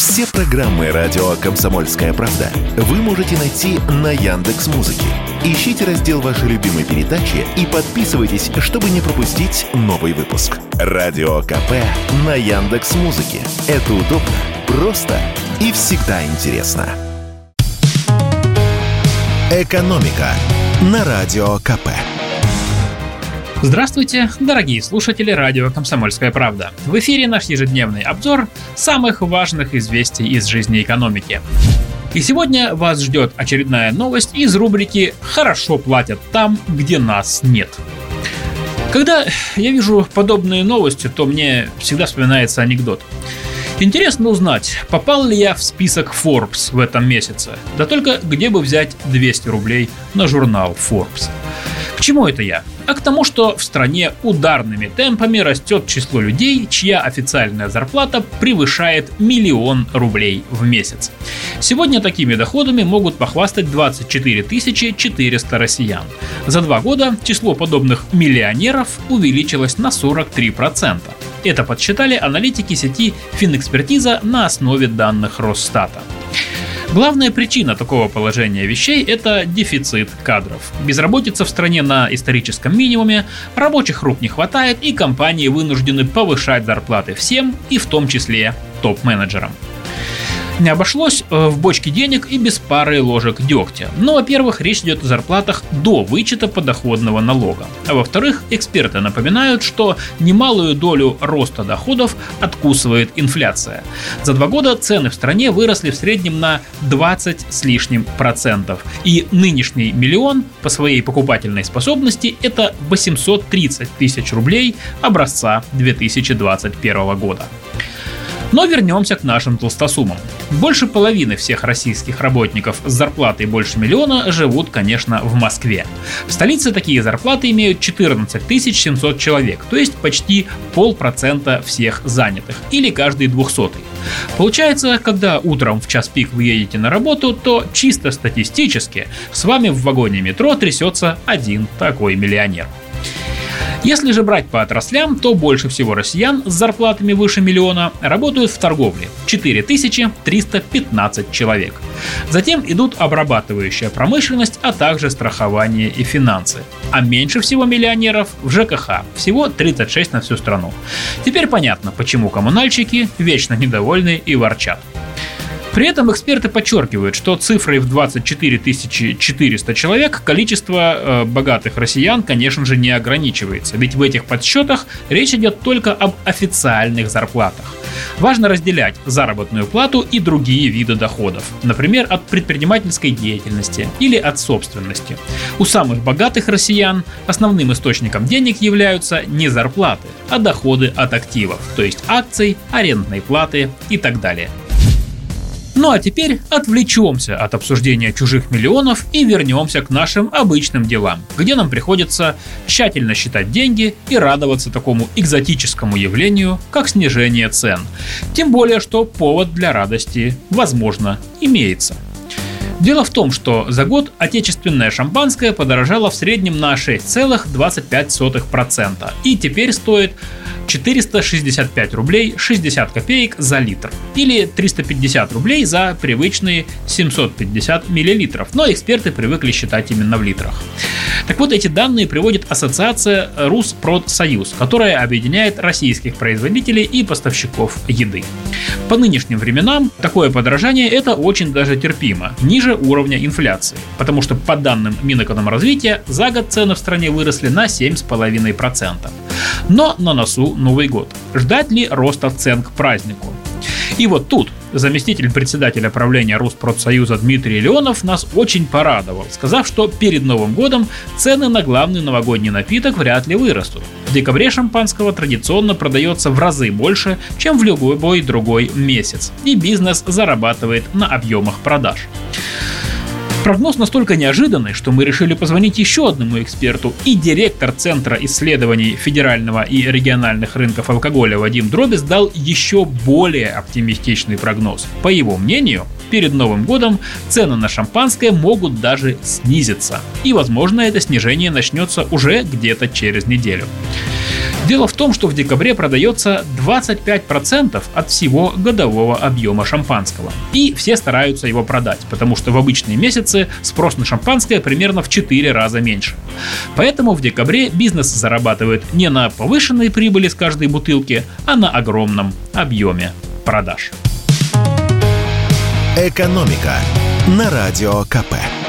Все программы радио «Комсомольская правда» вы можете найти на Яндекс.Музыке. Ищите раздел вашей любимой передачи и подписывайтесь, чтобы не пропустить новый выпуск. Радио КП на Яндекс.Музыке. Это удобно, просто и всегда интересно. «Экономика» на Радио КП. Здравствуйте, дорогие слушатели радио «Комсомольская правда». В эфире наш ежедневный обзор самых важных известий из жизни экономики. И сегодня вас ждет очередная новость из рубрики «Хорошо платят там, где нас нет». Когда я вижу подобные новости, то мне всегда вспоминается анекдот. Интересно узнать, попал ли я в список Forbes в этом месяце. Да только где бы взять 200 рублей на журнал Forbes? К чему это я? А к тому, что в стране ударными темпами растет число людей, чья официальная зарплата превышает 1 000 000 рублей в месяц. Сегодня такими доходами могут похвастать 24 400 россиян. За 2 года число подобных миллионеров увеличилось на 43%. Это подсчитали аналитики сети Финэкспертиза на основе данных Росстата. Главная причина такого положения вещей – это дефицит кадров. Безработица в стране на историческом минимуме, рабочих рук не хватает, и компании вынуждены повышать зарплаты всем, и в том числе топ-менеджерам. Не обошлось в бочке денег и без пары ложек дегтя. Но, во-первых, речь идет о зарплатах до вычета подоходного налога. А во-вторых, эксперты напоминают, что немалую долю роста доходов откусывает инфляция. За 2 года цены в стране выросли в среднем на 20 с лишним %. И нынешний миллион по своей покупательной способности – это 830 тысяч рублей образца 2021 года. Но вернемся к нашим толстосумам. Больше половины всех российских работников с зарплатой больше 1 000 000 живут, конечно, в Москве. В столице такие зарплаты имеют 14 700 человек, то есть почти 0,5% всех занятых, или каждый 200-й. Получается, когда утром в час пик вы едете на работу, то чисто статистически с вами в вагоне метро трясется один такой миллионер. Если же брать по отраслям, то больше всего россиян с зарплатами выше 1 000 000 работают в торговле – 4315 человек. Затем идут обрабатывающая промышленность, а также страхование и финансы. А меньше всего миллионеров в ЖКХ – всего 36 на всю страну. Теперь понятно, почему коммунальщики вечно недовольны и ворчат. При этом эксперты подчеркивают, что цифрой в 24 400 человек количество богатых россиян, конечно же, не ограничивается, ведь в этих подсчетах речь идет только об официальных зарплатах. Важно разделять заработную плату и другие виды доходов, например, от предпринимательской деятельности или от собственности. У самых богатых россиян основным источником денег являются не зарплаты, а доходы от активов, то есть акций, арендной платы и так далее. Ну а теперь отвлечемся от обсуждения чужих миллионов и вернемся к нашим обычным делам, где нам приходится тщательно считать деньги и радоваться такому экзотическому явлению, как снижение цен. Тем более, что повод для радости, возможно, имеется. Дело в том, что за год отечественное шампанское подорожало в среднем на 6,25% и теперь стоит 465 рублей 60 копеек за литр или 350 рублей за привычные 750 миллилитров, но эксперты привыкли считать именно в литрах. Так вот, эти данные приводит ассоциация Rusпродсоюз, которая объединяет российских производителей и поставщиков еды. По нынешним временам такое подорожание – это очень даже терпимо, ниже уровня инфляции, потому что по данным Минэкономразвития за год цены в стране выросли на 7,5%. Но на носу Новый год. Ждать ли роста цен к празднику? И вот тут заместитель председателя правления Rusпродсоюза Дмитрий Леонов нас очень порадовал, сказав, что перед Новым годом цены на главный новогодний напиток вряд ли вырастут. В декабре шампанского традиционно продается в разы больше, чем в любой другой месяц, и бизнес зарабатывает на объемах продаж. Прогноз настолько неожиданный, что мы решили позвонить еще одному эксперту, и директор Центра исследований федерального и региональных рынков алкоголя Вадим Дробис дал еще более оптимистичный прогноз. По его мнению, перед Новым годом цены на шампанское могут даже снизиться, и, возможно, это снижение начнется уже где-то через неделю. Дело в том, что в декабре продается 25% от всего годового объема шампанского. И все стараются его продать, потому что в обычные месяцы спрос на шампанское примерно в 4 раза меньше. Поэтому в декабре бизнес зарабатывает не на повышенной прибыли с каждой бутылки, а на огромном объеме продаж. «Экономика» на Радио КП.